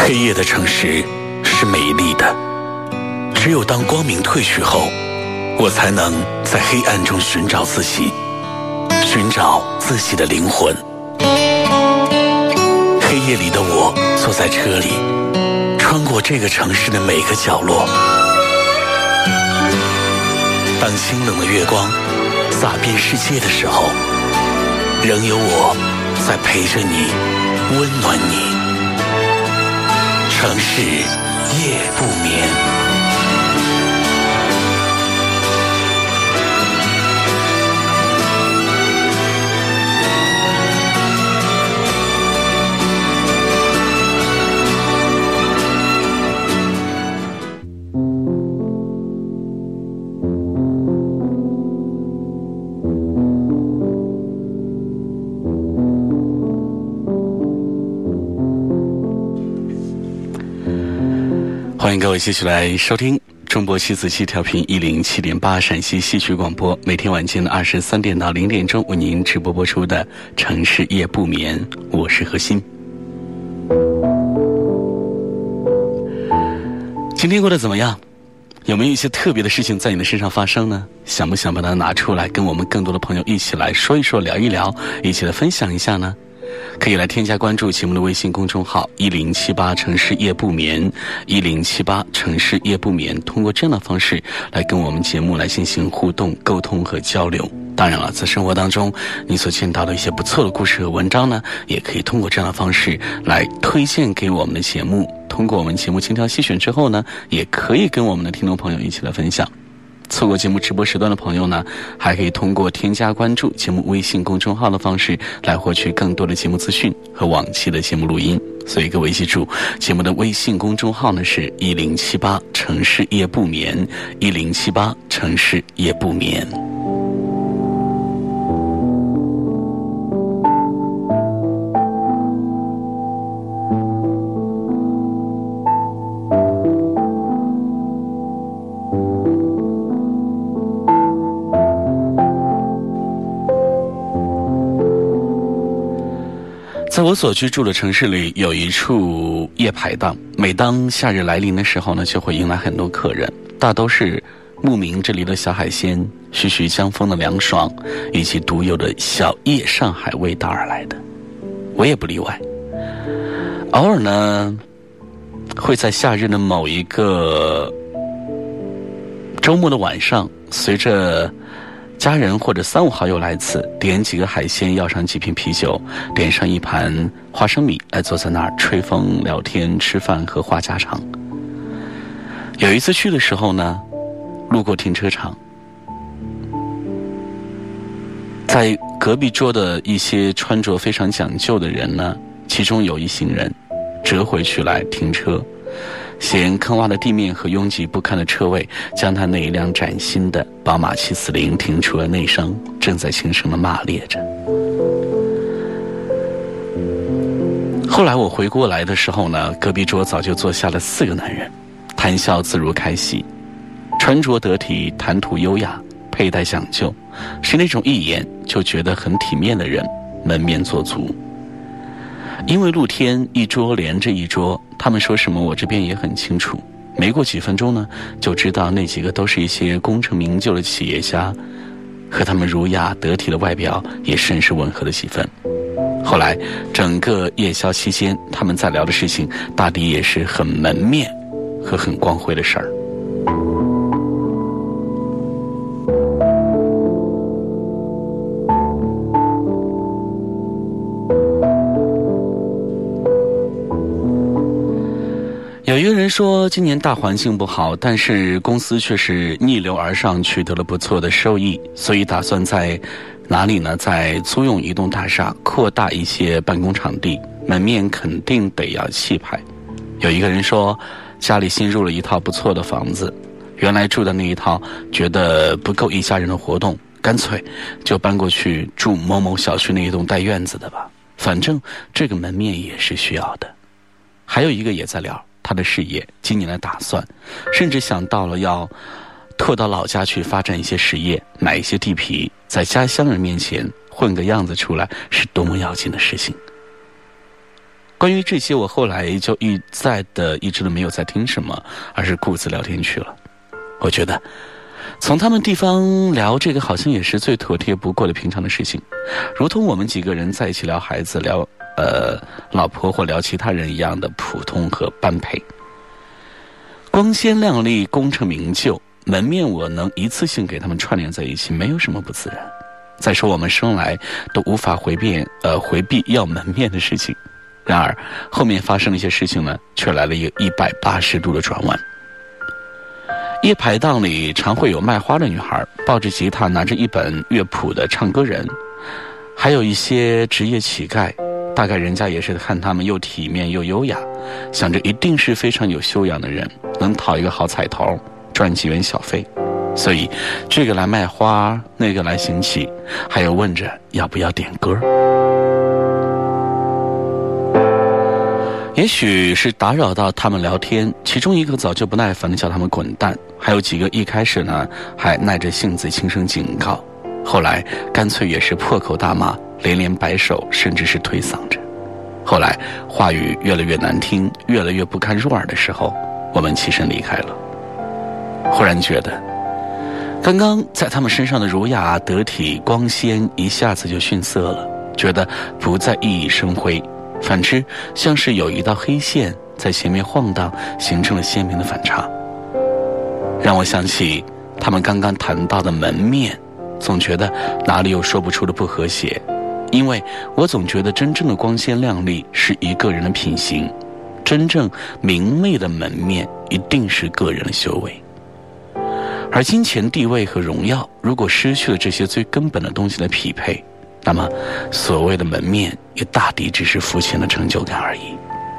黑夜的城市是美丽的，只有当光明褪去后，我才能在黑暗中寻找自己，寻找自己的灵魂。黑夜里的我坐在车里，穿过这个城市的每个角落。当清冷的月光洒遍世界的时候，仍有我在陪着你，温暖你。城市夜不眠。欢迎各位继续来收听中波西子西调频107.8陕西戏曲广播，每天晚间的23点到0点钟为您直播播出的城市夜不眠，我是何欣。今天过得怎么样？有没有一些特别的事情在你的身上发生呢？想不想把它拿出来跟我们更多的朋友一起来说一说，聊一聊，一起来分享一下呢？可以来添加关注节目的微信公众号1078城市夜不眠，1078城市夜不眠，通过这样的方式来跟我们节目来进行互动、沟通和交流。当然了，在生活当中你所见到的一些不错的故事和文章呢，也可以通过这样的方式来推荐给我们的节目。通过我们节目精挑细选之后呢，也可以跟我们的听众朋友一起来分享。错过节目直播时段的朋友呢，还可以通过添加关注节目微信公众号的方式来获取更多的节目资讯和往期的节目录音。所以各位记住，节目的微信公众号呢是1078城市夜不眠，1078城市夜不眠。在我所居住的城市里，有一处夜排档，每当夏日来临的时候呢，就会迎来很多客人，大都是慕名这里的小海鲜、徐徐江风的凉爽，以及独有的小叶上海味道而来的。我也不例外。偶尔呢，会在夏日的某一个周末的晚上，随着家人或者3、5好友来此，点几个海鲜，要上几瓶啤酒，点上一盘花生米，来坐在那儿吹风聊天吃饭和话家常。有一次去的时候呢，路过停车场，在隔壁桌的一些穿着非常讲究的人呢，其中有一行人折回去来停车，嫌坑洼的地面和拥挤不堪的车位，将他那一辆崭新的宝马740停出了内伤，正在轻声地骂咧着。后来我回过来的时候呢，隔壁桌早就坐下了4个男人，谈笑自如开席，穿着得体，谈吐优雅，佩戴讲究，是那种一眼就觉得很体面的人，门面做足。因为露天一桌连着一桌，他们说什么我这边也很清楚，没过几分钟呢，就知道那几个都是一些功成名就的企业家，和他们儒雅得体的外表也甚是吻合了几分。后来整个夜宵期间，他们在聊的事情大抵也是很门面和很光辉的事儿。有一个人说，今年大环境不好，但是公司却是逆流而上，取得了不错的收益，所以打算在哪里呢？在租用一栋大厦，扩大一些办公场地，门面肯定得要气派。有一个人说，家里新入了一套不错的房子，原来住的那一套觉得不够一家人的活动，干脆就搬过去住某某小区那一栋带院子的吧，反正这个门面也是需要的。还有一个也在聊他的事业，今年的打算，甚至想到了要拓到老家去发展一些实业，买一些地皮，在家乡人面前混个样子出来，是多么要紧的事情。 关于这些，我后来就一直都没有再听什么，而是顾自聊天去了。我觉得从他们地方聊这个好像也是最妥帖不过的平常的事情，如同我们几个人在一起聊孩子、聊老婆或聊其他人一样的普通和般配。光鲜亮丽、功成名就，门面我能一次性给他们串联在一起，没有什么不自然。再说我们生来都无法回避要门面的事情，然而后面发生了一些事情呢，却来了一个180度的转弯。夜排档里常会有卖花的女孩，抱着吉他拿着一本乐谱的唱歌人，还有一些职业乞丐，大概人家也是看他们又体面又优雅，想着一定是非常有修养的人，能讨一个好彩头，赚几元小费，所以这个来卖花，那个来行乞，还有问着要不要点歌。也许是打扰到他们聊天，其中一个早就不耐烦地叫他们滚蛋，还有几个一开始呢还耐着性子轻声警告，后来干脆也是破口大骂，连连摆手，甚至是推搡着。后来话语越来越难听，越来越不堪入耳的时候，我们起身离开了。忽然觉得刚刚在他们身上的儒雅得体光鲜一下子就逊色了，觉得不再熠熠生辉，反之像是有一道黑线在前面晃荡，形成了鲜明的反差，让我想起他们刚刚谈到的门面，总觉得哪里有说不出的不和谐。因为我总觉得真正的光鲜亮丽是一个人的品行，真正明媚的门面一定是个人的修为。而金钱、地位和荣耀，如果失去了这些最根本的东西的匹配，那么所谓的门面也大抵只是肤浅的成就感而已。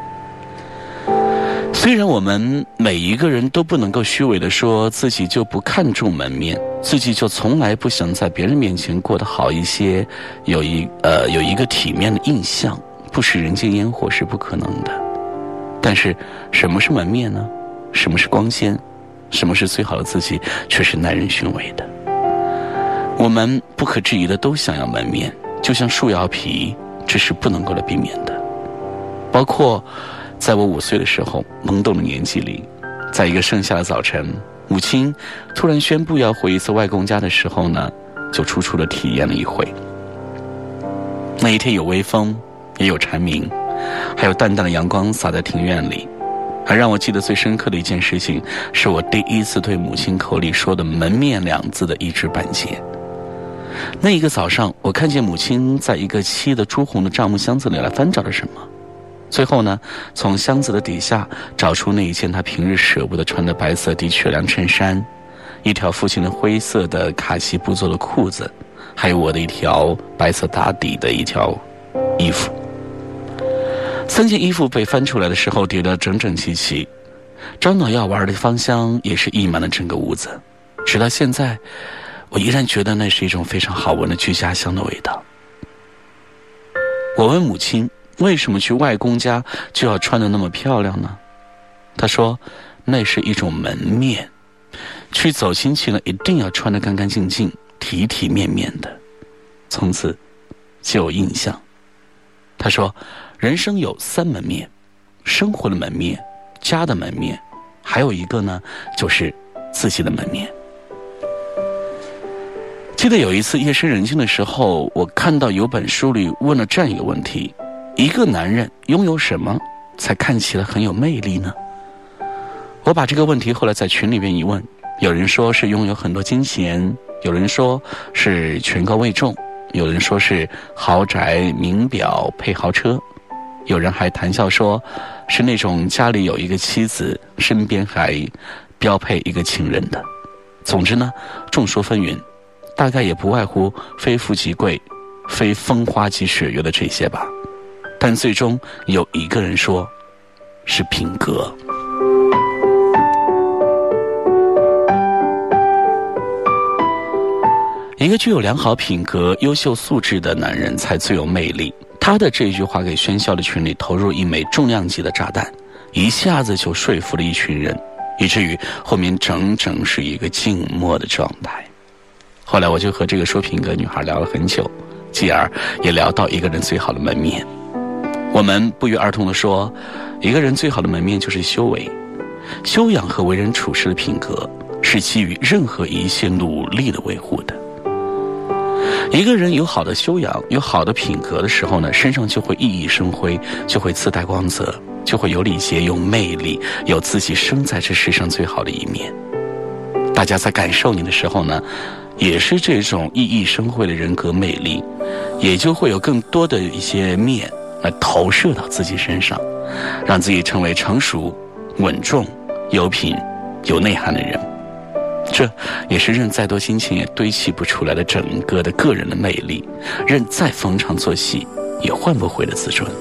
虽然我们每一个人都不能够虚伪地说自己就不看重门面，自己就从来不想在别人面前过得好一些，有一个体面的印象，不食人间烟火是不可能的。但是什么是门面呢？什么是光鲜？什么是最好的自己，却是耐人寻味的。我们不可置疑的都想要门面，就像树要皮，这是不能够来避免的。包括在我5岁的时候，懵懂的年纪里，在一个盛夏的早晨，母亲突然宣布要回一次外公家的时候呢，就处处的体验了一回。那一天有微风，也有蝉鸣，还有淡淡的阳光洒在庭院里。而让我记得最深刻的一件事情，是我第一次对母亲口里说的门面2字的一知半解。那一个早上，我看见母亲在一个漆的朱红的樟木箱子里来翻找着什么，最后呢，从箱子的底下找出那一件她平日舍不得穿的白色的确良衬衫，一条父亲的灰色的卡其布做的裤子，还有我的一条白色打底的一条衣服。3件衣服被翻出来的时候叠得整整齐齐，樟脑药丸的芳香也是溢满了整个屋子。直到现在，我依然觉得那是一种非常好闻的居家香的味道。我问母亲，为什么去外公家就要穿得那么漂亮呢？她说，那是一种门面，去走亲戚呢，一定要穿得干干净净、体体面面的。从此就有印象。她说，人生有3门面，生活的门面、家的门面，还有一个呢，就是自己的门面。记得有一次夜深人静的时候，我看到有本书里问了这样一个问题：一个男人拥有什么才看起来很有魅力呢？我把这个问题后来在群里边一问，有人说是拥有很多金钱，有人说是权高位重，有人说是豪宅名表配豪车，有人还谈笑说是那种家里有一个妻子，身边还标配一个情人的。总之呢，众说纷纭，大概也不外乎非富即贵，非风花即雪月的这些吧。但最终有一个人说是品格。一个具有良好品格、优秀素质的男人才最有魅力。他的这句话给喧嚣的群里投入一枚重量级的炸弹，一下子就说服了一群人，以至于后面整整是一个静默的状态。后来我就和这个说品格女孩聊了很久，继而也聊到一个人最好的门面。我我们不约而同地说，一个人最好的门面就是修为。修养和为人处事的品格是基于任何一切努力的维护的。一个人有好的修养，有好的品格的时候呢，身上就会熠熠生辉，就会自带光泽，就会有礼节，有魅力，有自己生在这世上最好的一面。大家在感受你的时候呢，也是这种熠熠生辉的人格魅力，也就会有更多的一些面来投射到自己身上，让自己成为成熟、稳重、有品、有内涵的人。这也是任再多金钱也堆砌不出来的整个的个人的魅力，任再逢场作戏也换不回的自尊。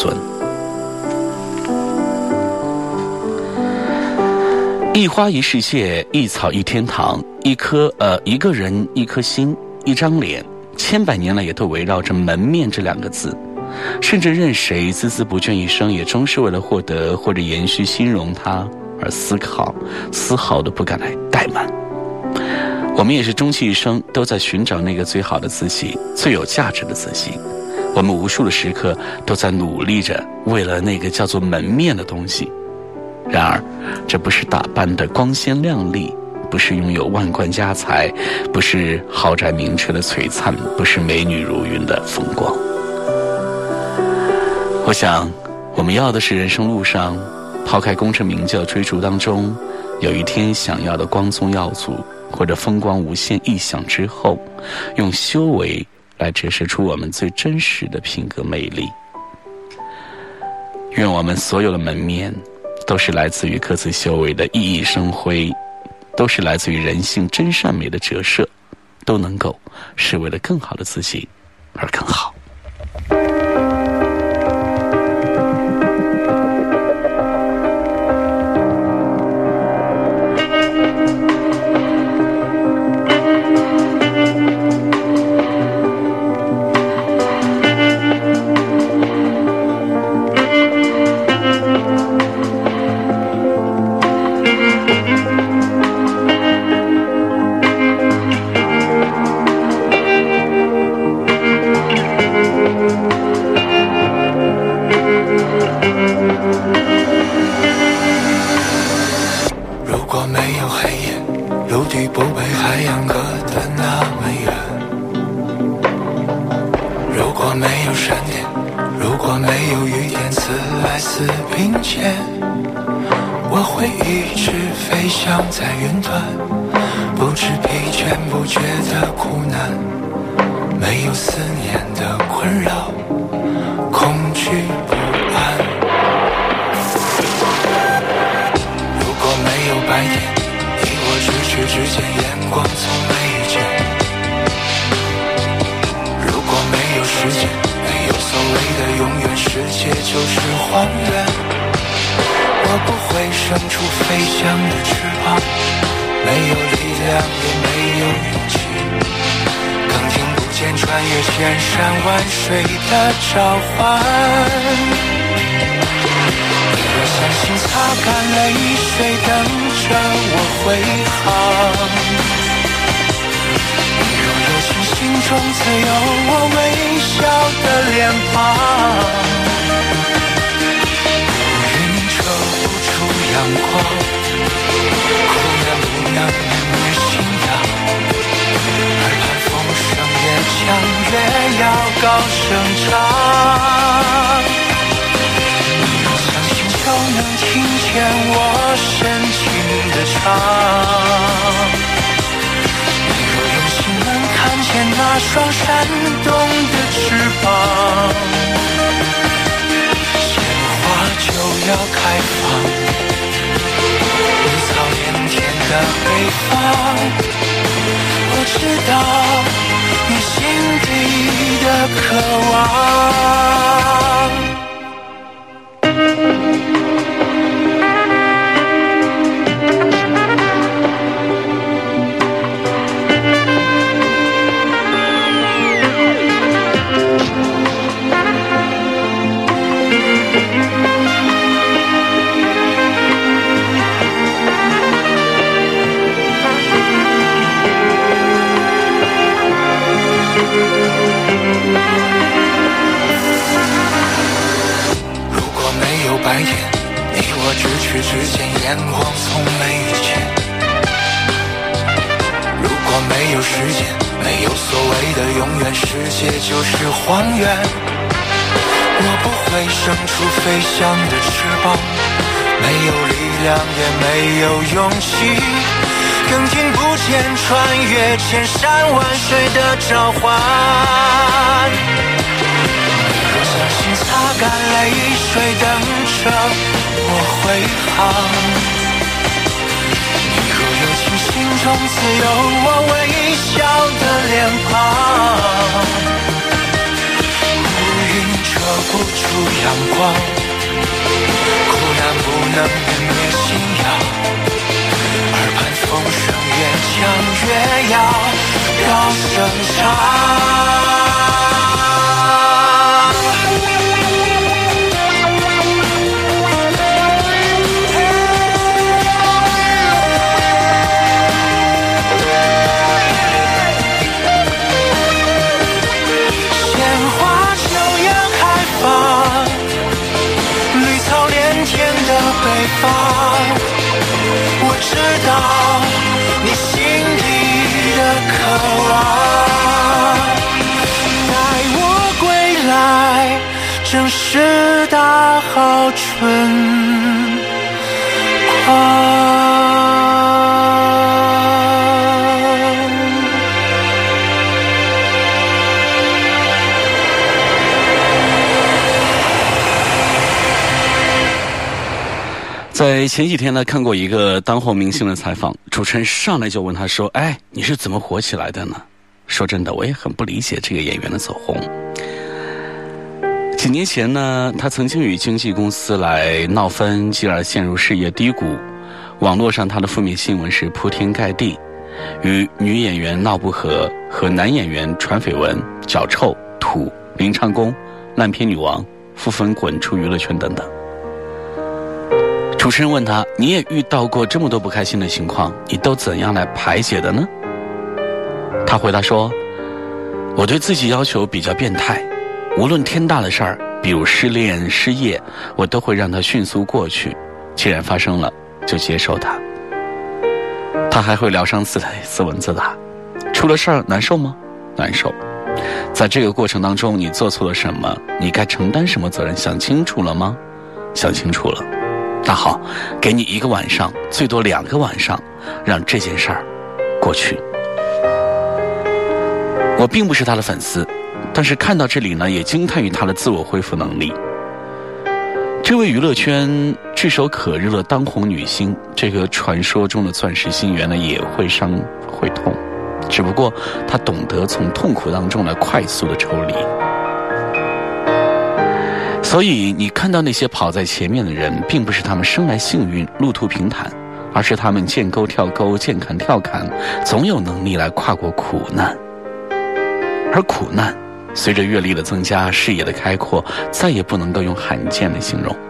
一花一世界，一草一天堂，一个人一颗心，一张脸，千百年来也都围绕着门面这两个字。甚至任谁孜孜不倦一生，也终是为了获得或者延续心容它而思考，丝毫都不敢来怠慢。我们也是终其一生都在寻找那个最好的自己，最有价值的自己。我们无数的时刻都在努力着，为了那个叫做门面的东西。然而，这不是打扮的光鲜亮丽，不是拥有万贯家财，不是豪宅名车的璀璨，不是美女如云的风光。我想，我们要的是人生路上，抛开功成名就追逐当中，有一天想要的光宗耀祖，或者风光无限异想之后，用修为来折射出我们最真实的品格魅力。愿我们所有的门面都是来自于各自修为的熠熠生辉，都是来自于人性真善美的折射，都能够是为了更好的自己而更好。 在云端，不知疲倦，不觉得苦难，没有思念的困扰，恐惧不安。如果没有白天，你我咫尺之间，眼光从没遇见。如果没有时间，没有所谓的永远，世界就是荒原。我不会生出飞翔的翅膀，没有力量，也没有勇气，更听不见穿越千山万水的召唤。你若相信擦干泪水等着我回航，你若有情心中自有我微笑的脸庞。阳光，苦难不能泯灭信仰，耳畔风声越强，越要高声唱。你若相信就能听见我深情的唱，你若用心能看见那双闪动的翅膀，鲜花就要开放。的北方，我知道你心底的渴望。 白天，你我咫尺之间，眼光从没遇见。如果没有时间，没有所谓的永远，世界就是荒原。我不会生出飞翔的翅膀，没有力量，也没有勇气，更听不见穿越千山万水的召唤。你若相信擦干泪水，等着我回航，你若有情，心中自有我微笑的脸庞。乌云遮不住阳光，苦难不能泯灭信仰，耳畔风声越强越要高声唱。我知道你心底的渴望，待我归来，正是大好春光。 在前几天呢，看过一个当红明星的采访，主持人上来就问他说：“哎，你是怎么火起来的呢？”说真的，我也很不理解这个演员的走红。几年前呢，他曾经与经纪公司来闹分，继而陷入事业低谷。网络上他的负面新闻是铺天盖地，与女演员闹不和，和男演员传绯闻、脚臭、土、零唱功、烂片女王、负分滚出娱乐圈等等。主持人问他：“你也遇到过这么多不开心的情况，你都怎样来排解的呢？”他回答说：“我对自己要求比较变态，无论天大的事儿，比如失恋、失业，我都会让它迅速过去。既然发生了，就接受它。”他还会聊上自问自答：“出了事儿难受吗？难受。在这个过程当中，你做错了什么？你该承担什么责任？想清楚了吗？想清楚了。那好，给你1个晚上，最多2个晚上，让这件事儿过去。”我并不是他的粉丝，但是看到这里呢，也惊叹于他的自我恢复能力。这位娱乐圈炙手可热的当红女星，这个传说中的钻石心源呢，也会伤会痛，只不过她懂得从痛苦当中来快速的抽离。所以你看到那些跑在前面的人，并不是他们生来幸运路途平坦，而是他们见沟跳沟，见坎跳坎，总有能力来跨过苦难。而苦难随着阅历的增加，视野的开阔，再也不能够用罕见来形容。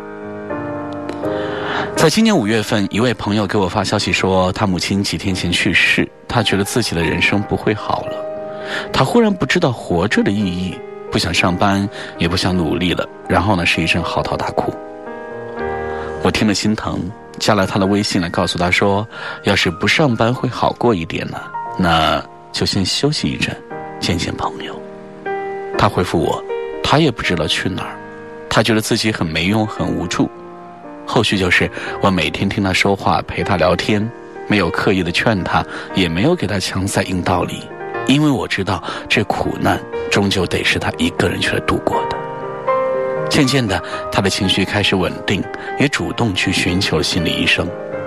在今年5月份，一位朋友给我发消息说，他母亲几天前去世，他觉得自己的人生不会好了，他忽然不知道活着的意义，不想上班，也不想努力了，然后呢是一阵嚎啕大哭。我听了心疼，加了他的微信来告诉他说，要是不上班会好过一点呢，那就先休息一阵，见见朋友。他回复我，他也不知道去哪儿，他觉得自己很没用，很无助。后续就是我每天听他说话，陪他聊天，没有刻意的劝他，也没有给他强塞硬道理，因为我知道这苦难终究得是他一个人去来度过的。渐渐的，他的情绪开始稳定，也主动去寻求心理医生。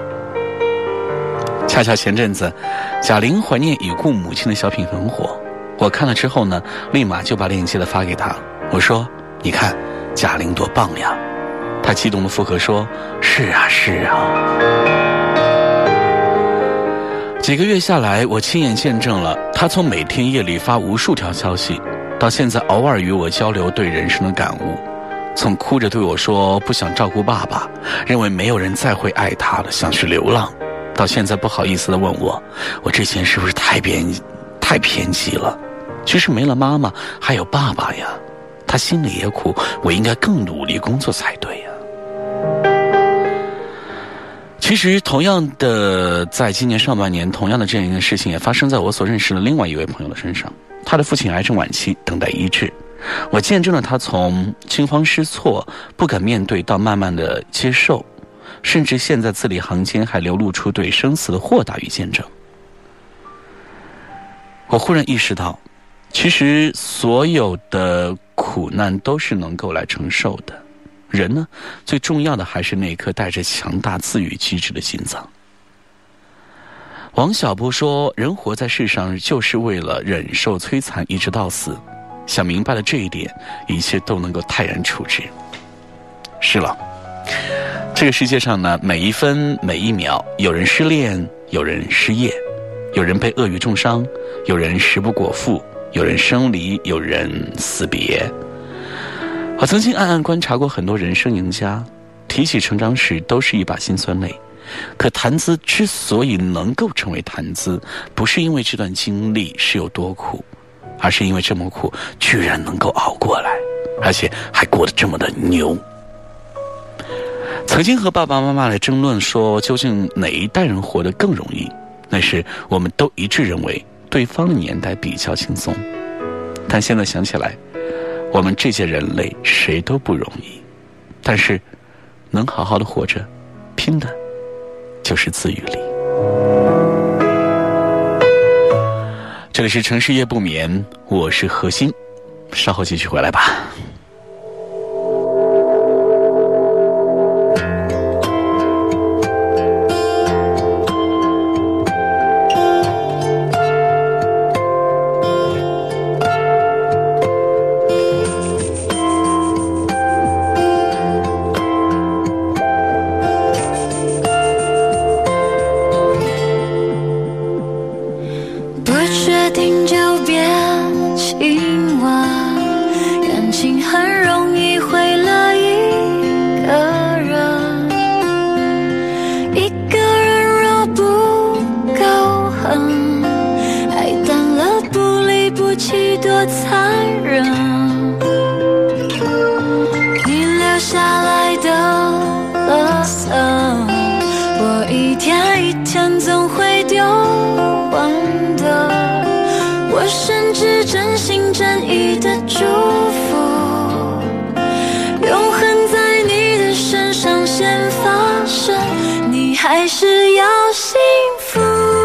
恰巧前阵子贾玲怀念已故母亲的小品很火，我看了之后呢，立马就把链接发给他，我说，你看贾玲多棒呀。他激动的附和说，是啊是啊。几个月下来，我亲眼见证了他从每天夜里发无数条消息，到现在偶尔与我交流对人生的感悟，从哭着对我说不想照顾爸爸，认为没有人再会爱他了，想去流浪，到现在不好意思地问我之前是不是太偏激了，其实没了妈妈还有爸爸呀，他心里也苦，我应该更努力工作才对呀。 其实同样的，在今年上半年，同样的这样一件事情也发生在我所认识的另外一位朋友的身上。他的父亲癌症晚期，等待医治。我见证了他从惊慌失措、不敢面对，到慢慢的接受，甚至现在字里行间还流露出对生死的豁达与见证。我忽然意识到，其实所有的苦难都是能够来承受的。人呢，最重要的还是那颗带着强大自愈机制的心脏。王小波说，人活在世上就是为了忍受摧残一直到死，想明白了这一点，一切都能够泰然处之。是了，这个世界上呢，每一分每一秒，有人失恋，有人失业，有人被恶语重伤，有人食不果腹，有人生离，有人死别。我曾经暗暗观察过很多人生赢家，提起成长史都是一把辛酸泪。可谈资之所以能够成为谈资，不是因为这段经历是有多苦，而是因为这么苦居然能够熬过来，而且还过得这么的牛。曾经和爸爸妈妈来争论说，究竟哪一代人活得更容易，那时我们都一致认为对方的年代比较轻松。但现在想起来，我们这届人类谁都不容易，但是能好好的活着，拼的就是自愈力。这里是城市夜不眠，我是何欣，稍后继续回来吧。 还是要幸福，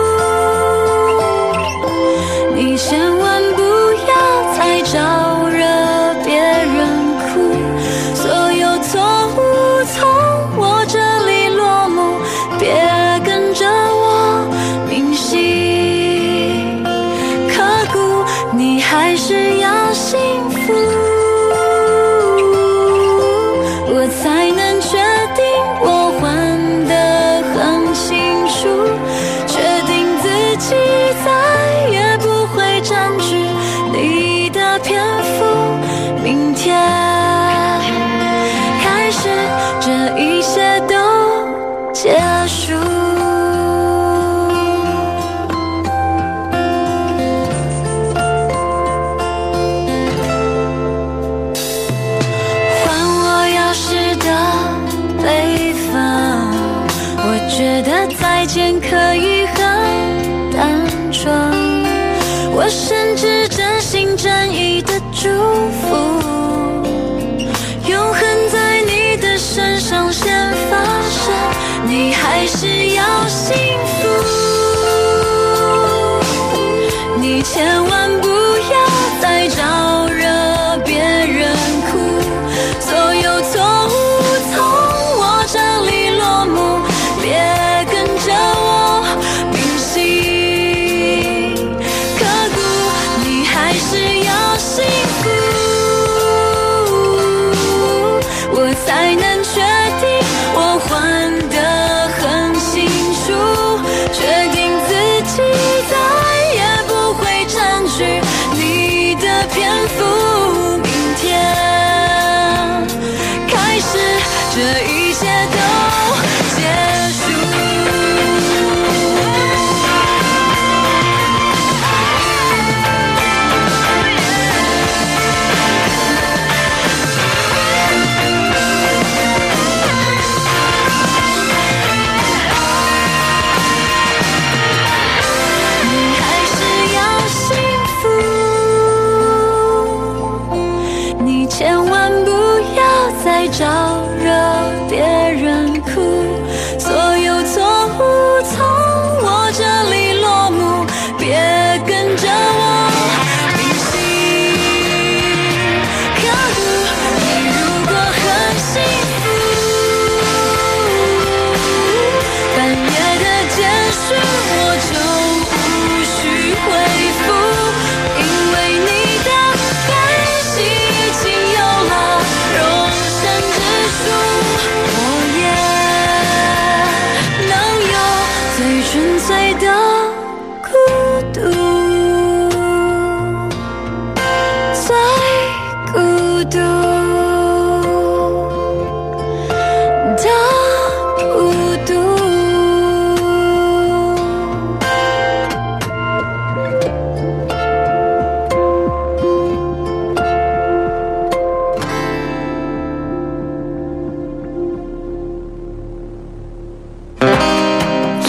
你千万不要再招惹别人哭，所有错误从我这里落幕，别跟着我铭心刻骨，你还是要幸福，我才能确定我还得很清楚，确定自己再也不会占据你的篇幅，明天开始这一切都结束。还我钥匙的北方，我觉得再见可以很单纯，我甚至真心真意的祝福，永恒在你的身上先发生，你还是要幸福，你千万不要再招惹别人哭，所有错误从我这里落幕，别跟着我铭心刻骨，你还是要幸福，我才能确定我还得很清楚，确定自己再也不会占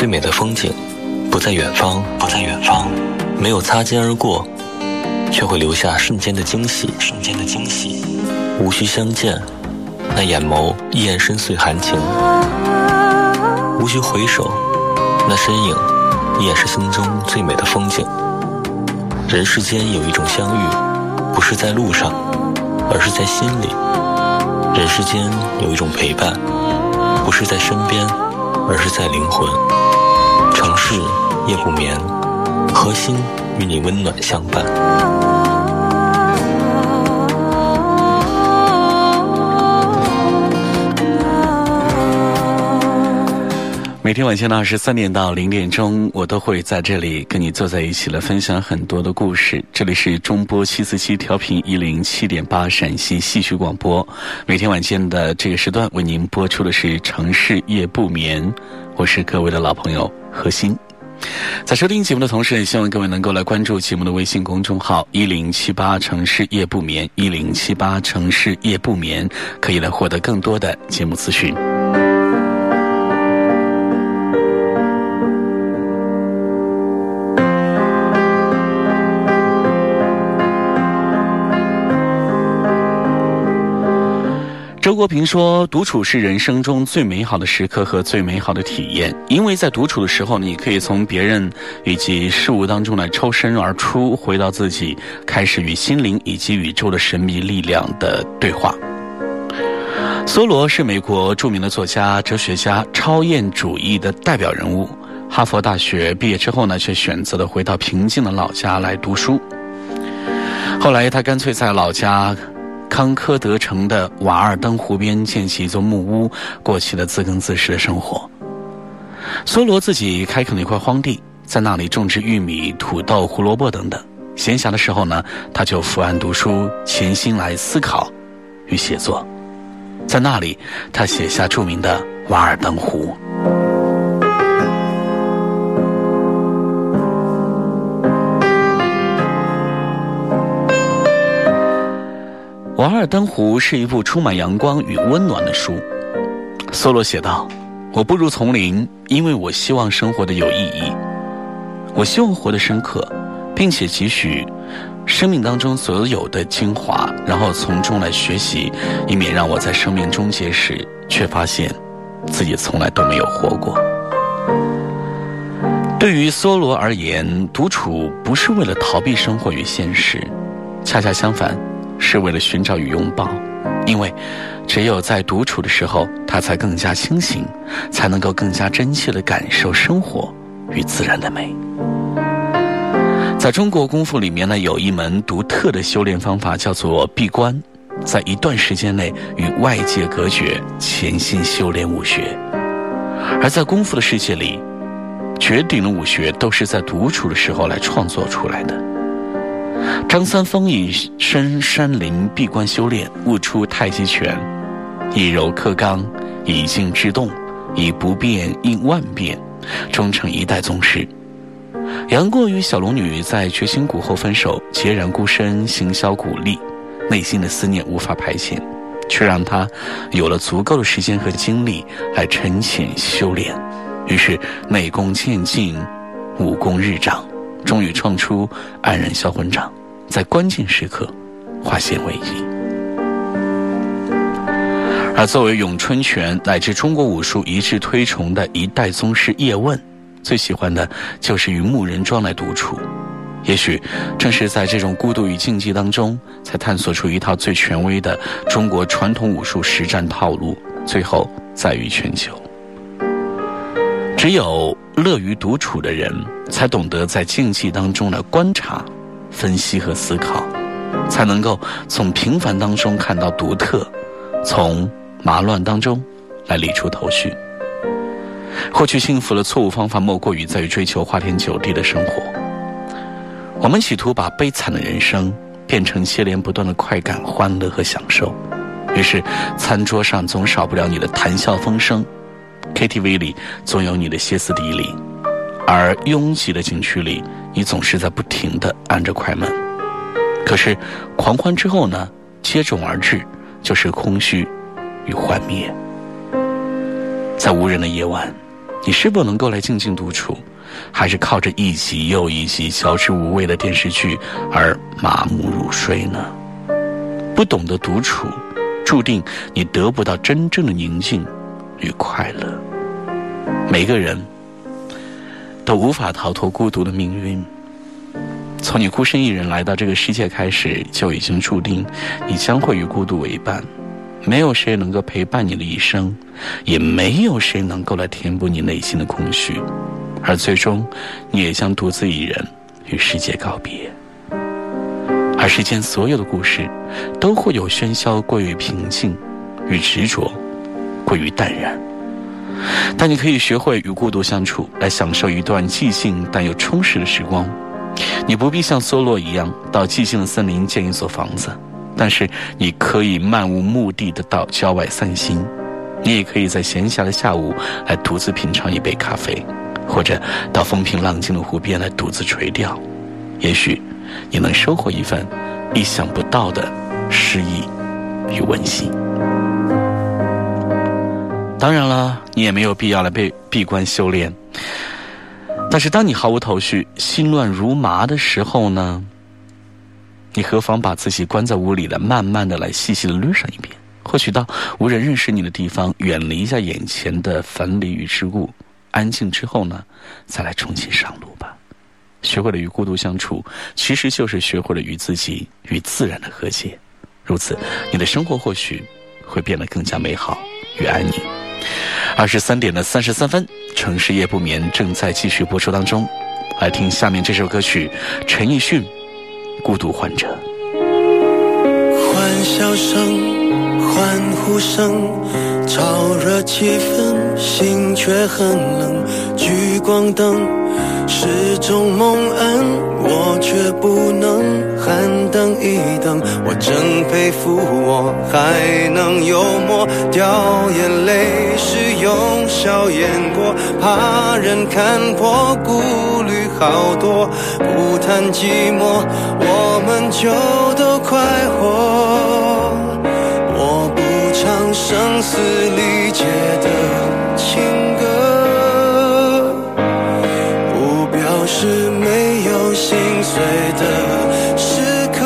最美的风景不在远方，没有擦肩而过，却会留下瞬间的惊喜。无需相见，那眼眸依然深邃含情；无需回首，那身影依然是心中最美的风景。人世间有一种相遇，不是在路上，而是在心里；人世间有一种陪伴，不是在身边，而是在灵魂。城市夜不眠，核心与你温暖相伴。 每天晚间的23点到0点钟，我都会在这里跟你坐在一起来分享很多的故事。这里是中波747调频107.8陕西戏曲广播，每天晚间的这个时段为您播出的是城市夜不眠，我是各位的老朋友何鑫。在收听节目的同时，也希望各位能够来关注节目的微信公众号1078城市夜不眠，1078城市夜不眠，可以来获得更多的节目资讯。周国平说，独处是人生中最美好的时刻和最美好的体验，因为在独处的时候，你可以从别人以及事物当中来抽身而出，回到自己，开始与心灵以及宇宙的神秘力量的对话。梭罗是美国著名的作家、哲学家，超验主义的代表人物。哈佛大学毕业之后呢，却选择了回到平静的老家来读书。后来他干脆在老家康科德城的瓦尔登湖边建起一座木屋，过起了自耕自食的生活。梭罗自己开垦了一块荒地，在那里种植玉米、土豆、胡萝卜等等。闲暇的时候呢，他就伏案读书，潜心来思考与写作。在那里，他写下著名的《瓦尔登湖》。《瓦尔登湖》是一部充满阳光与温暖的书。梭罗写道：我步入丛林，因为我希望生活的有意义，我希望活得深刻，并且汲取生命当中所有的精华，然后从中来学习，以免让我在生命终结时却发现自己从来都没有活过。对于梭罗而言，独处不是为了逃避生活与现实，恰恰相反，是为了寻找与拥抱。因为只有在独处的时候，他才更加清醒，才能够更加真切地感受生活与自然的美。在中国功夫里面呢，有一门独特的修炼方法，叫做闭关，在一段时间内与外界隔绝，潜心修炼武学。而在功夫的世界里，绝顶的武学都是在独处的时候来创作出来的。张三丰以深山林闭关修炼，悟出太极拳，以柔克刚，以静制动，以不变应万变，终成一代宗师。杨过与小龙女在绝情谷后分手，孑然孤身行销谷粒，内心的思念无法排遣，却让他有了足够的时间和精力来沉潜修炼。于是内功渐进，武功日长，终于创出黯然销魂掌，在关键时刻化险为夷。而作为咏春拳乃至中国武术一致推崇的一代宗师叶问，最喜欢的就是与木人桩来独处。也许正是在这种孤独与竞技当中，才探索出一套最权威的中国传统武术实战套路，最后载誉全球。只有乐于独处的人，才懂得在竞技当中的观察、分析和思考，才能够从平凡当中看到独特，从麻乱当中来理出头绪。获取幸福的错误方法，莫过于在于追求花天酒地的生活。我们企图把悲惨的人生变成接连不断的快感、欢乐和享受，于是餐桌上总少不了你的谈笑风生， KTV 里总有你的歇斯底里，而拥挤的景区里，你总是在不停地按着快门。可是狂欢之后呢，接踵而至就是空虚与幻灭。在无人的夜晚， 你是否能够来静静独处，还是靠着一集又一集乔治无味的电视剧而麻木入睡呢？不懂得独处，注定你得不到真正的宁静与快乐。每个人都无法逃脱孤独的命运，从你孤身一人来到这个世界开始，就已经注定你将会与孤独为伴。没有谁能够陪伴你的一生，也没有谁能够来填补你内心的空虚，而最终你也将独自一人与世界告别。而世间所有的故事都会有喧嚣归于平静，与执着归于淡然。但你可以学会与孤独相处，来享受一段寂静但又充实的时光。你不必像梭罗一样到寂静的森林建一所房子，但是你可以漫无目的的到郊外散心。你也可以在闲暇的下午来独自品尝一杯咖啡，或者到风平浪静的湖边来独自垂钓。也许你能收获一份意想不到的诗意与温馨。当然了，你也没有必要来被闭关修炼，但是当你毫无头绪、心乱如麻的时候呢，你何妨把自己关在屋里来慢慢的来细细的捋上一遍，或许到无人认识你的地方，远离一下眼前的樊篱与桎梏，安静之后呢，再来重新上路吧。学会了与孤独相处，其实就是学会了与自己与自然的和解，如此你的生活或许会变得更加美好与安宁。23点的33分，城市夜不眠正在继续播出当中，来听下面这首歌曲，陈奕迅《孤独患者》。 欢笑声，欢呼声，炒热气氛，心却很冷。聚光灯是种蒙恩，我却不能喊等一等。我真佩服我还能幽默，掉眼泪是用笑掩过，怕人看破，顾虑好多。不谈寂寞，我们就都快活。我不唱声嘶力竭的情歌，不表示没有心碎的时刻。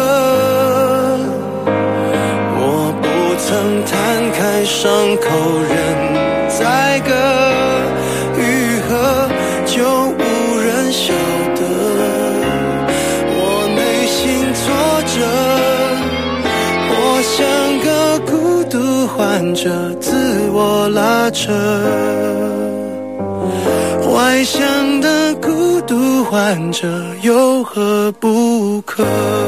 我不曾摊开伤口任宰割，愈合就无人晓得。我内心挫折，我像个孤独患者，自我拉扯。外向的孤独患者有何不可？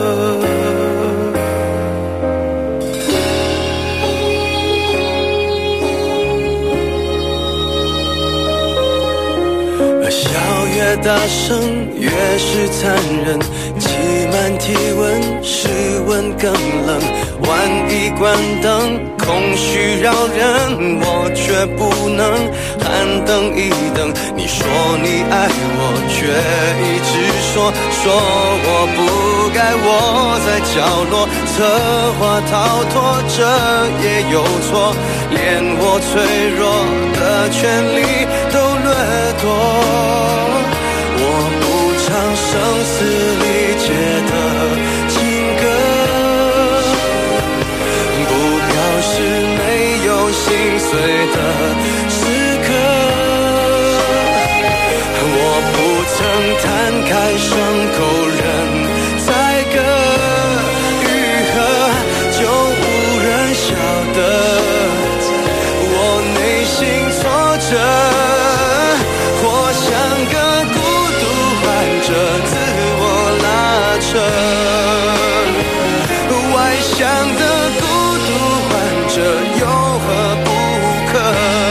笑越大声越是残忍，挤满体温，室温更冷。万一关灯，空虚扰人，我却不能喊等一等。你说你爱我，却一直说我不该窝在角落，策划逃脱，这也有错，连我脆弱的权利都掠夺。我不唱声嘶力竭的情歌，不表示没有心碎的时刻。我不曾摊开伤口任宰割，愈合就无人晓得。我内心挫折，自我拉扯，外向的孤独患者有何不可？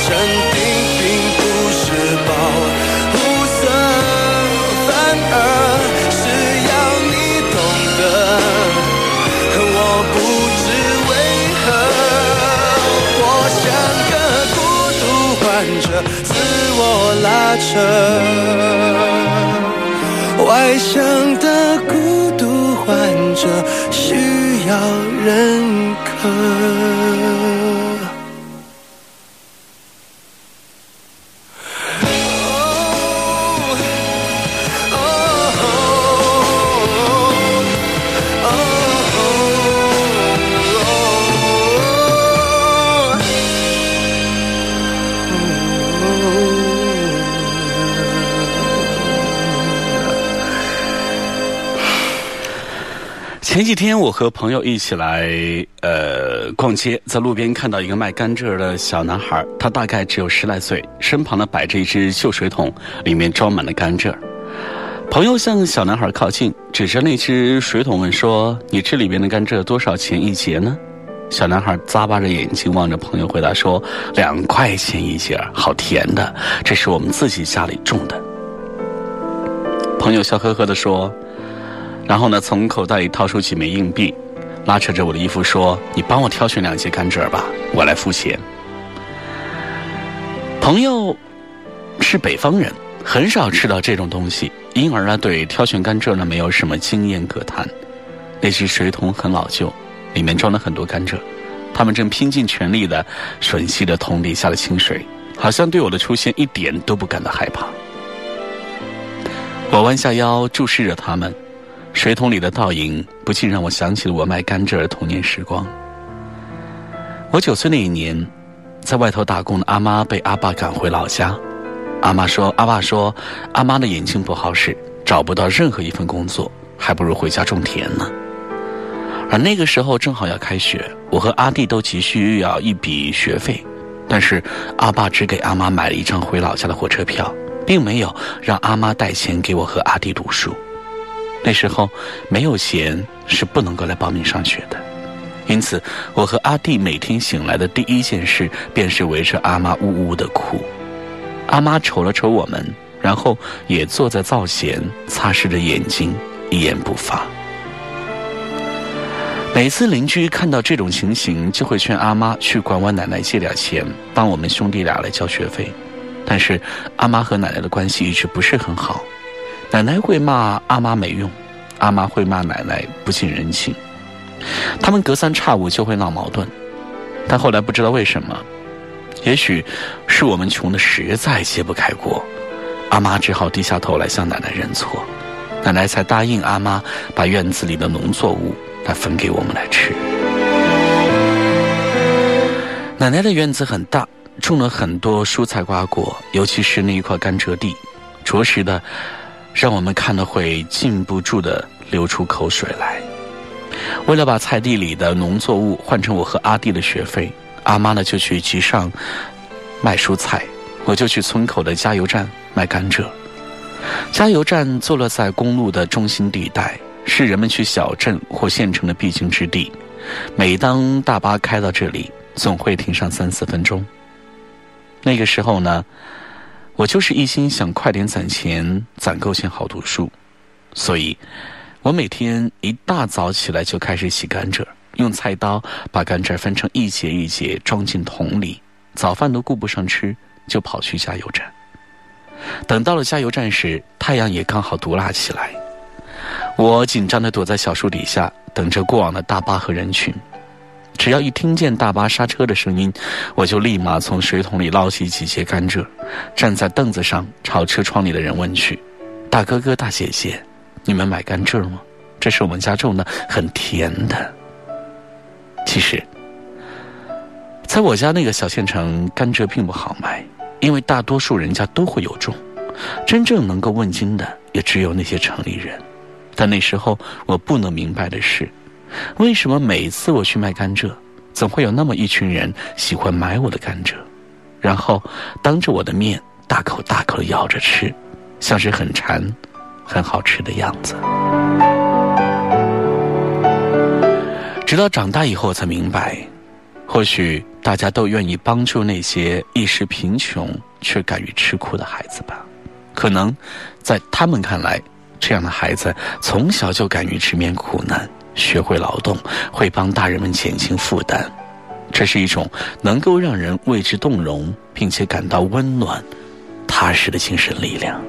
生定并不是保护色，反而是要你懂得我不知为何。我像个孤独患者，自我拉扯，外向的孤独患者需要认可。 前几天我和朋友一起来逛街，在路边看到一个卖甘蔗的小男孩，他大概只有10来岁，身旁呢摆着一只旧水桶，里面装满了甘蔗。朋友向小男孩靠近，指着那只水桶问说：“你这里边的甘蔗多少钱一节呢？”小男孩咂巴着眼睛望着朋友回答说：“2块钱一节，好甜的，这是我们自己家里种的。”朋友笑呵呵地说，然后呢，从口袋里掏出几枚硬币，拉扯着我的衣服说：“你帮我挑选2节甘蔗吧，我来付钱。”朋友是北方人，很少吃到这种东西，因而呢，对挑选甘蔗呢没有什么经验可谈。那只水桶很老旧，里面装了很多甘蔗，他们正拼尽全力地吮吸着桶底下的清水，好像对我的出现一点都不感到害怕。我弯下腰注视着他们，水桶里的倒影不禁让我想起了我卖甘蔗的童年时光。我9岁那一年，在外头打工的阿妈被阿爸赶回老家。阿爸说阿妈的眼睛不好使，找不到任何一份工作，还不如回家种田呢。而那个时候正好要开学，我和阿弟都急需要一笔学费，但是阿爸只给阿妈买了一张回老家的火车票，并没有让阿妈带钱给我和阿弟读书。那时候没有钱是不能够来报名上学的，因此我和阿弟每天醒来的第一件事便是围着阿妈呜呜地哭。阿妈瞅了瞅我们，然后也坐在灶前擦拭着眼睛，一言不发。每次邻居看到这种情形，就会劝阿妈去管我奶奶借点钱，帮我们兄弟俩来交学费。但是阿妈和奶奶的关系一直不是很好，奶奶会骂阿妈没用，阿妈会骂奶奶不近人情，他们隔三差五就会闹矛盾。但后来不知道为什么，也许是我们穷得实在揭不开锅，阿妈只好低下头来向奶奶认错，奶奶才答应阿妈把院子里的农作物来分给我们来吃。奶奶的院子很大，种了很多蔬菜瓜果，尤其是那一块甘蔗地，着实的让我们看得会禁不住的流出口水来。为了把菜地里的农作物换成我和阿弟的学费，阿妈呢就去集上卖蔬菜，我就去村口的加油站卖甘蔗。加油站坐落在公路的中心地带，是人们去小镇或县城的必经之地。每当大巴开到这里，总会停上3-4分钟。那个时候呢，我就是一心想快点攒钱，攒够钱好读书，所以我每天一大早起来就开始洗甘蔗，用菜刀把甘蔗分成一节一节装进桶里，早饭都顾不上吃，就跑去加油站。等到了加油站时，太阳也刚好毒辣起来，我紧张地躲在小树底下，等着过往的大巴和人群。只要一听见大巴刹车的声音，我就立马从水桶里捞起几节甘蔗，站在凳子上朝车窗里的人问去：“大哥哥大姐姐，你们买甘蔗吗？这是我们家种的，很甜的。”其实在我家那个小县城，甘蔗并不好卖，因为大多数人家都会有种，真正能够问津的也只有那些城里人。但那时候我不能明白的是，为什么每次我去卖甘蔗，总会有那么一群人喜欢买我的甘蔗，然后当着我的面大口大口咬着吃，像是很馋很好吃的样子。直到长大以后才明白，或许大家都愿意帮助那些一时贫穷却敢于吃苦的孩子吧。可能在他们看来，这样的孩子从小就敢于直面苦难，学会劳动，会帮大人们减轻负担，这是一种能够让人为之动容并且感到温暖踏实的精神力量。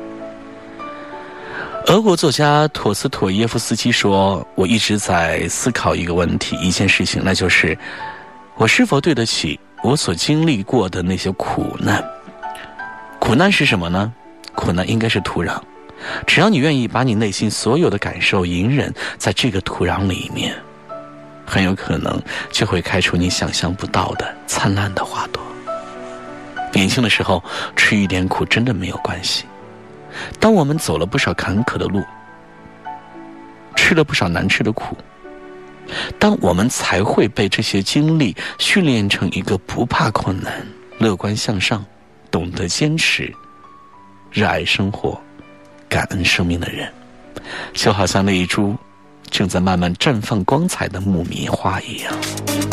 俄国作家陀思妥耶夫斯基说，我一直在思考一个问题，一件事情，那就是我是否对得起我所经历过的那些苦难。苦难是什么呢？苦难应该是土壤，只要你愿意把你内心所有的感受隐忍在这个土壤里面，很有可能就会开出你想象不到的灿烂的花朵。年轻的时候吃一点苦真的没有关系，当我们走了不少坎坷的路，吃了不少难吃的苦，当我们才会被这些经历训练成一个不怕困难、乐观向上、懂得坚持、热爱生活、感恩生命的人。就好像那一株正在慢慢绽放光彩的木棉花一样。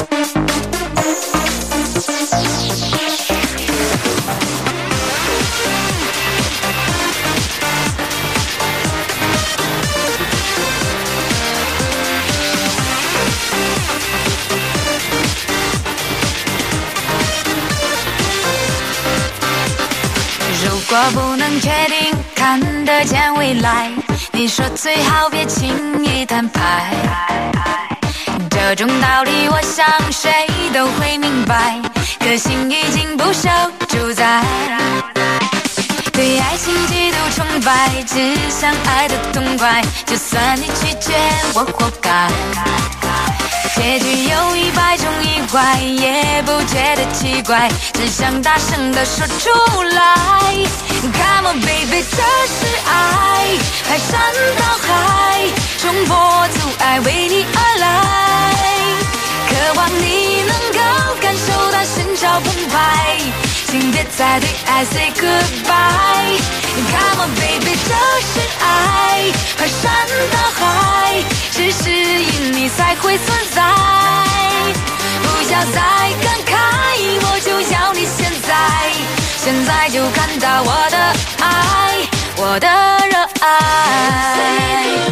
如果不能确定看得见未来，你说最好别轻易摊牌。这种道理我想谁都会明白，可心已经不受主宰。对爱情极度崇拜，只想爱得痛快，就算你拒绝我活该。结局有100种意外，也不觉得奇怪，只想大声地说出来。Come on baby， 这是爱，排山倒海，冲破阻碍，为你而来。渴望你能够感受到心潮澎湃，请别再对爱 say goodbye。 Come on baby， 这是爱，排山倒海，只是因你才会存在。不要再感慨，我就要你现在，现在就看到我的爱，我的热爱。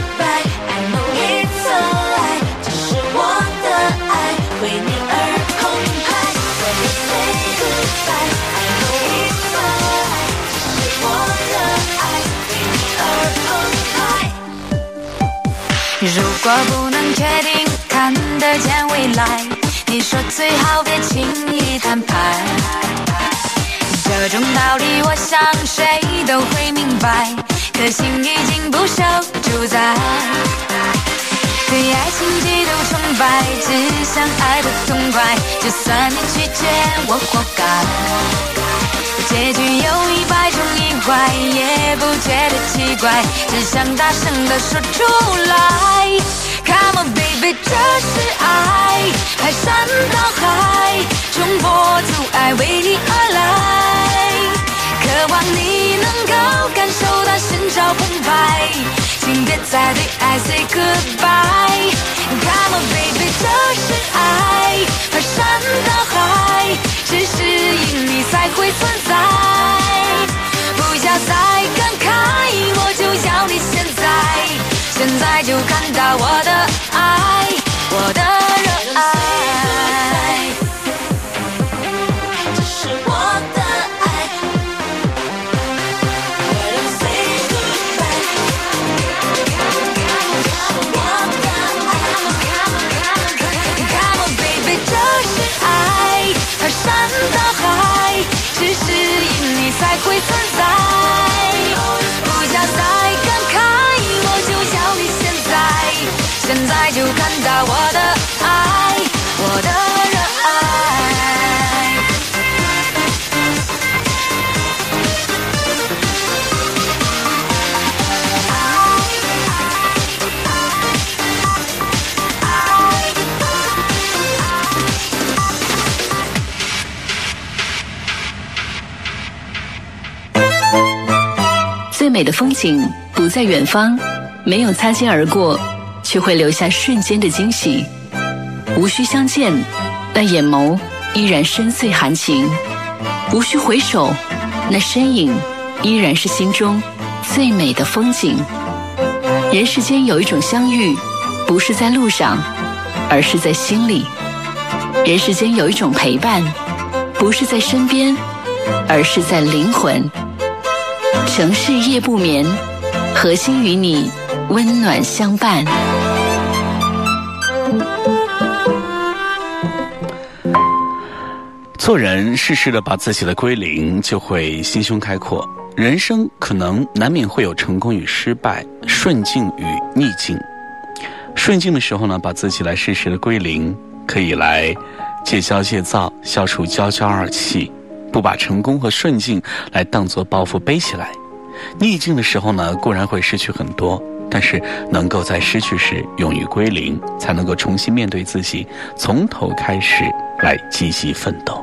如果不能确定看得见未来，你说最好别轻易摊牌。这种道理我想谁都会明白，可心已经不受主宰。对爱情极度崇拜，只想爱得痛快，就算你拒绝我活该。结局有100种意外，也不觉得奇怪，只想大声地说出来。Come on baby， 这是爱，排山倒海，冲破阻碍，为你而来。渴望你能够感受到心潮澎湃，请别再对爱 say goodbye。 Come on baby， 这是爱，排山倒海，只是因你才会存在。不要再感慨，我就要你现在，现在就看到我的爱，我的热爱。这是我的爱，我要 say goodbye。 我的爱 Come on baby， 这是爱，排山倒海，只是因你才会存在。不要再感慨，我就要你现在，现在就看到我的爱，我的热爱。 最美的风景不在远方，没有擦肩而过，却会留下瞬间的惊喜。无需相见，那眼眸依然深邃含情，无需回首，那身影依然是心中最美的风景。人世间有一种相遇，不是在路上，而是在心里。人世间有一种陪伴，不是在身边，而是在灵魂。城市夜不眠，核心与你温暖相伴。 做人适时的把自己的归零，就会心胸开阔。人生可能难免会有成功与失败，顺境与逆境。顺境的时候呢，把自己来适时的归零，可以来戒骄戒躁，消除骄骄二气，不把成功和顺境来当作包袱背起来。逆境的时候呢，固然会失去很多，但是能够在失去时勇于归零，才能够重新面对自己，从头开始来积极奋斗。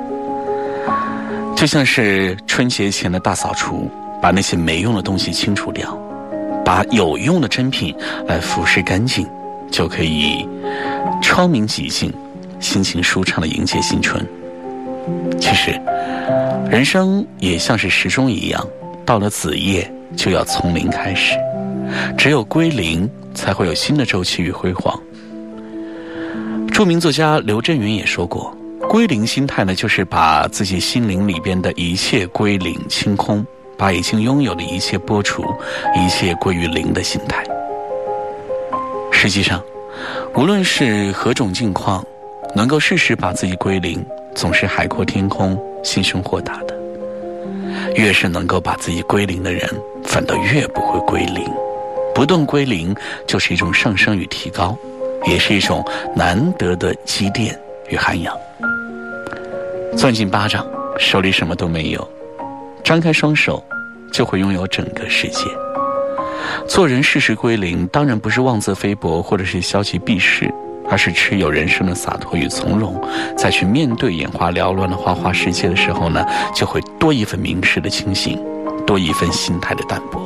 就像是春节前的大扫除，把那些没用的东西清除掉，把有用的珍品来服侍干净，就可以窗明几净，心情舒畅地迎接新春。其实人生也像是时钟一样，到了子夜就要从零开始，只有归零才会有新的周期与辉煌。著名作家刘震云也说过，归零心态呢，就是把自己心灵里边的一切归零清空，把已经拥有的一切剥除，一切归于零的心态。实际上无论是何种境况，能够适时把自己归零，总是海阔天空，心胸豁达的。越是能够把自己归零的人，反倒越不会归零。不断归零就是一种上升与提高，也是一种难得的积淀与涵养。攥紧巴掌，手里什么都没有，张开双手就会拥有整个世界。做人适时归零，当然不是妄自菲薄或者是消极避世，而是持有人生的洒脱与从容，再去面对眼花缭乱的花花世界的时候呢，就会多一份明识的清醒，多一份心态的淡泊。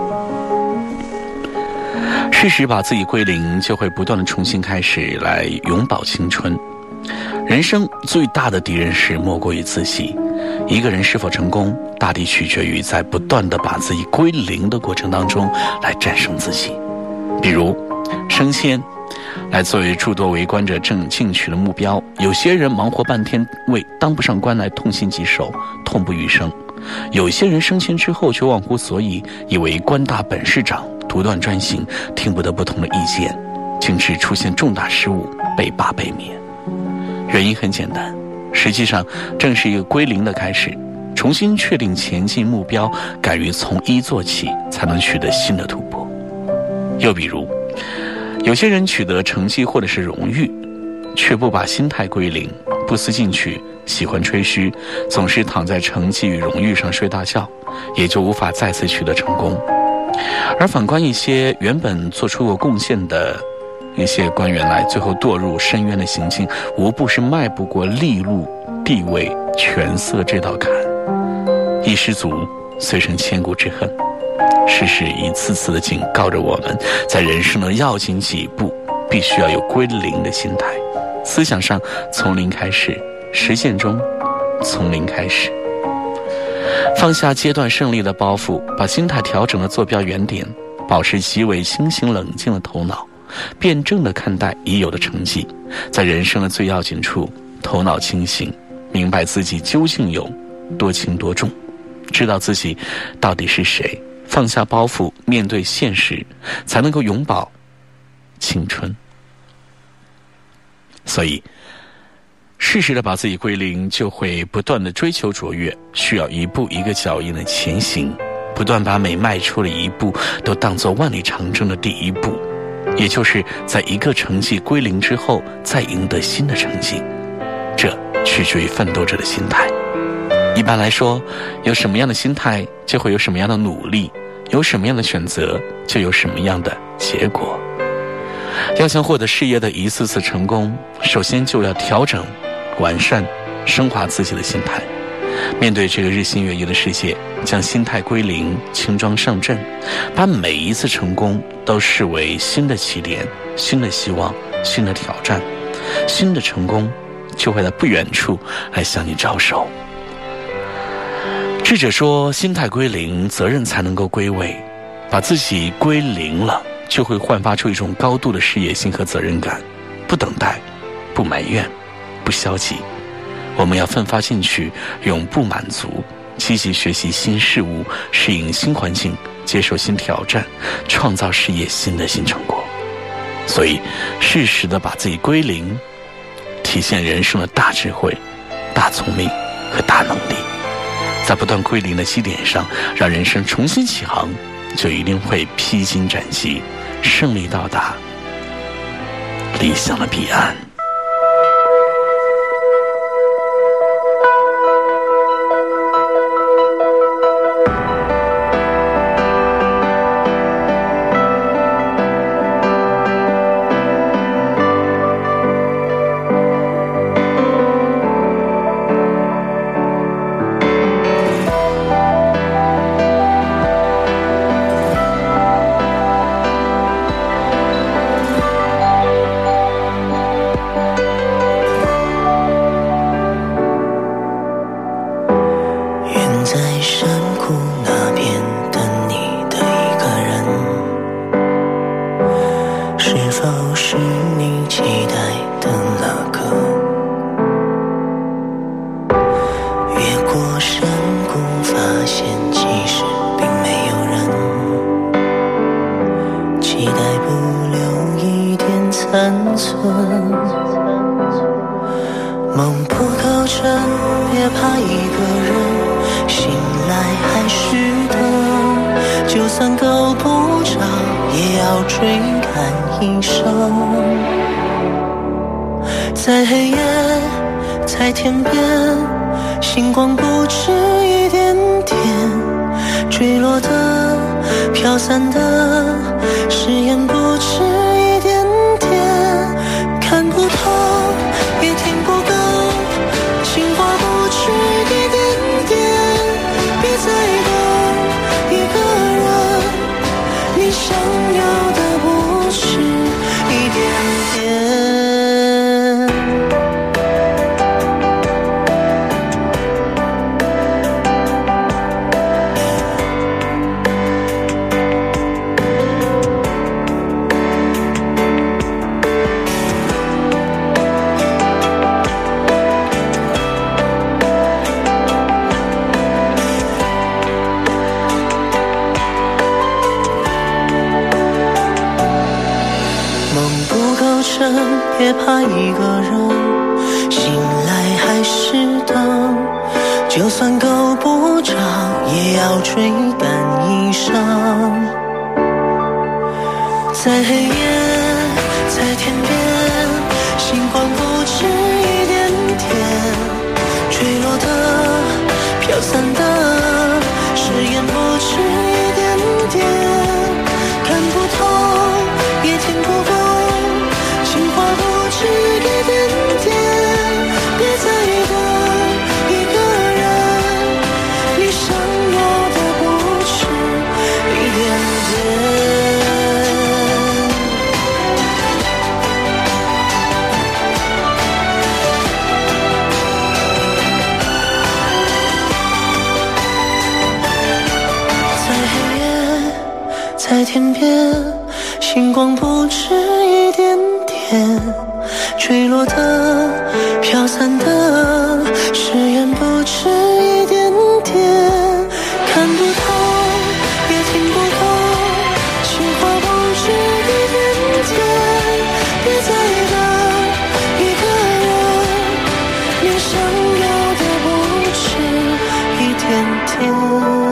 适时把自己归零，就会不断的重新开始，来永葆青春。人生最大的敌人是莫过于自己，一个人是否成功，大抵取决于在不断的把自己归零的过程当中来战胜自己。比如升迁，来作为诸多为官者正进取的目标，有些人忙活半天为当不上官来痛心疾首，痛不欲生；有些人升迁之后却忘乎所以，以为官大本事长，独断专行，听不得不同的意见，竟至出现重大失误，被罢被免。原因很简单，实际上正是一个归零的开始，重新确定前进目标，敢于从一做起，才能取得新的突破。又比如有些人取得成绩或者是荣誉，却不把心态归零，不思进取，喜欢吹嘘，总是躺在成绩与荣誉上睡大觉，也就无法再次取得成功。而反观一些原本做出过贡献的一些官员来，最后堕入深渊的行径，无不是迈不过利禄、地位、权色这道坎，一失足遂成千古之恨。世事一次次的警告着我们，在人生的要紧几步，必须要有归零的心态，思想上从零开始，实践中从零开始。放下阶段胜利的包袱，把心态调整的坐标原点，保持极为清醒冷静的头脑，辩证地看待已有的成绩，在人生的最要紧处，头脑清醒，明白自己究竟有多轻多重，知道自己到底是谁，放下包袱，面对现实，才能够永葆青春。所以适时的把自己归零，就会不断的追求卓越，需要一步一个脚印的前行，不断把每迈出的一步都当作万里长征的第一步，也就是在一个成绩归零之后，再赢得新的成绩。这取决于奋斗者的心态。一般来说，有什么样的心态，就会有什么样的努力，有什么样的选择，就有什么样的结果。要想获得事业的一次次成功，首先就要调整、完善、升华自己的心态。面对这个日新月异的世界，将心态归零，轻装上阵，把每一次成功都视为新的起点、新的希望、新的挑战。新的成功就会在不远处来向你招手。智者说，心态归零，责任才能够归位。把自己归零了，就会焕发出一种高度的事业心和责任感。不等待，不埋怨，不消极，我们要奋发进取，永不满足，积极学习新事物，适应新环境，接受新挑战，创造事业新的新成果。所以适时的把自己归零，体现人生的大智慧、大聪明和大能力。在不断归零的基点上，让人生重新起航，就一定会披荆斩棘，胜利到达理想的彼岸。 梦不够真，别怕一个人，醒来还是等，就算够不着，也要追赶一生。在黑夜，在天边，星光不止一点点，坠落的，飘散的，誓言不止一点点，看不透，也听不够，情话不止一点点，别再等一个人，你想要的不是一点点。别怕一个人，醒来还是等，就算够不着，也要追赶一生。在黑夜，在天边，星光不止一点点，坠落的，飘散的，誓言不止一点点，看不透，也听不够，情话不止一点点，别再等一个人，你想要的不是一点点。在黑夜，在天边，星光不止一点点，坠落的，飘散的，誓言不止一点点，看不透，也听不够，情话不止一点点，别再等一个人，你想要的不止一点点。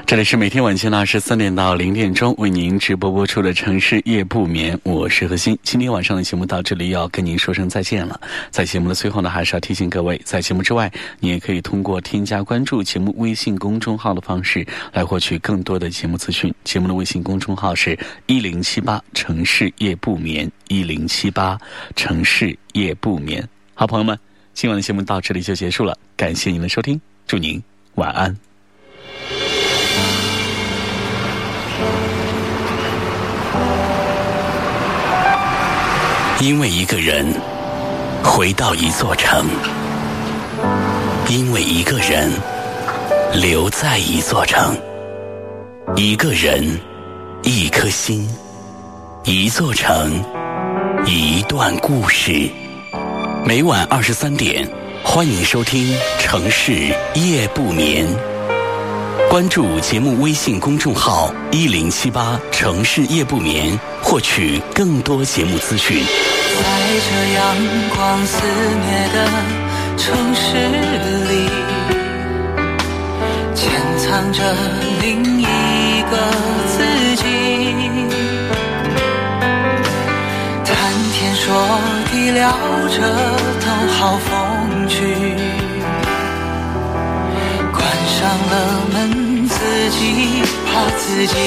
这里是每天晚间的23点到0点钟为您直播播出的城市夜不眠，我是何欣。今天晚上的节目到这里要跟您说声再见了。在节目的最后呢，还是要提醒各位，在节目之外，你也可以通过添加关注节目微信公众号的方式来获取更多的节目资讯。节目的微信公众号是1078城市夜不眠，1078城市夜不眠。好朋友们，今晚的节目到这里就结束了，感谢您的收听，祝您晚安。因为一个人回到一座城，因为一个人留在一座城，一个人一颗心，一座城，一段故事。每晚23点，欢迎收听城市夜不眠。关注节目微信公众号1078城市夜不眠，获取更多节目资讯。 在这阳光肆虐的城市里，潜藏着另一个自己。谈天说地聊着都好风趣，关上了门自己怕自己。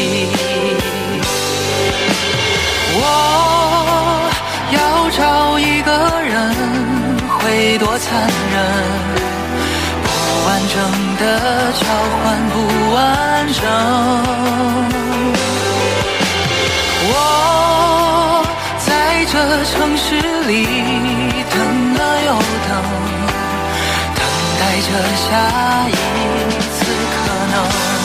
我要找一个人会多残忍，不完整的交换不完整。我在这城市里等了又等，等待着下一次可能。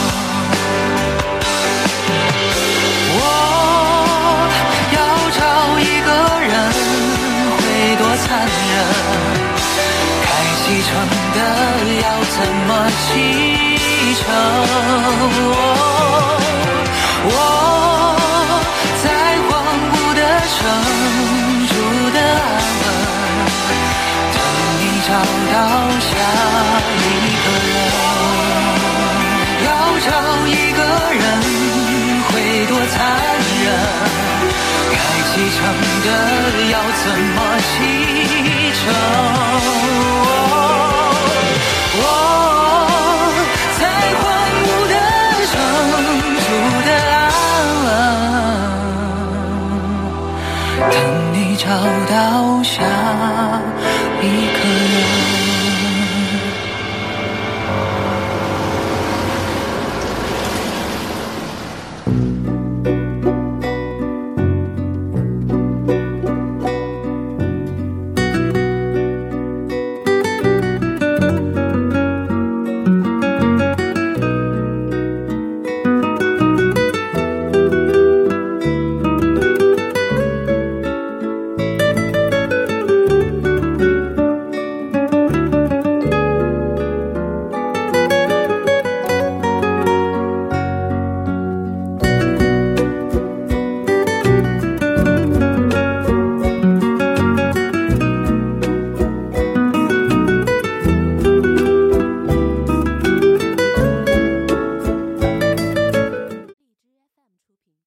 残忍，该启程的要怎么启程？我在荒芜的城住得安稳，等你找到下一个人。要找一个人会多残忍，该启程的要怎么启程？我在荒芜的城住得安稳，等你找到下一个人。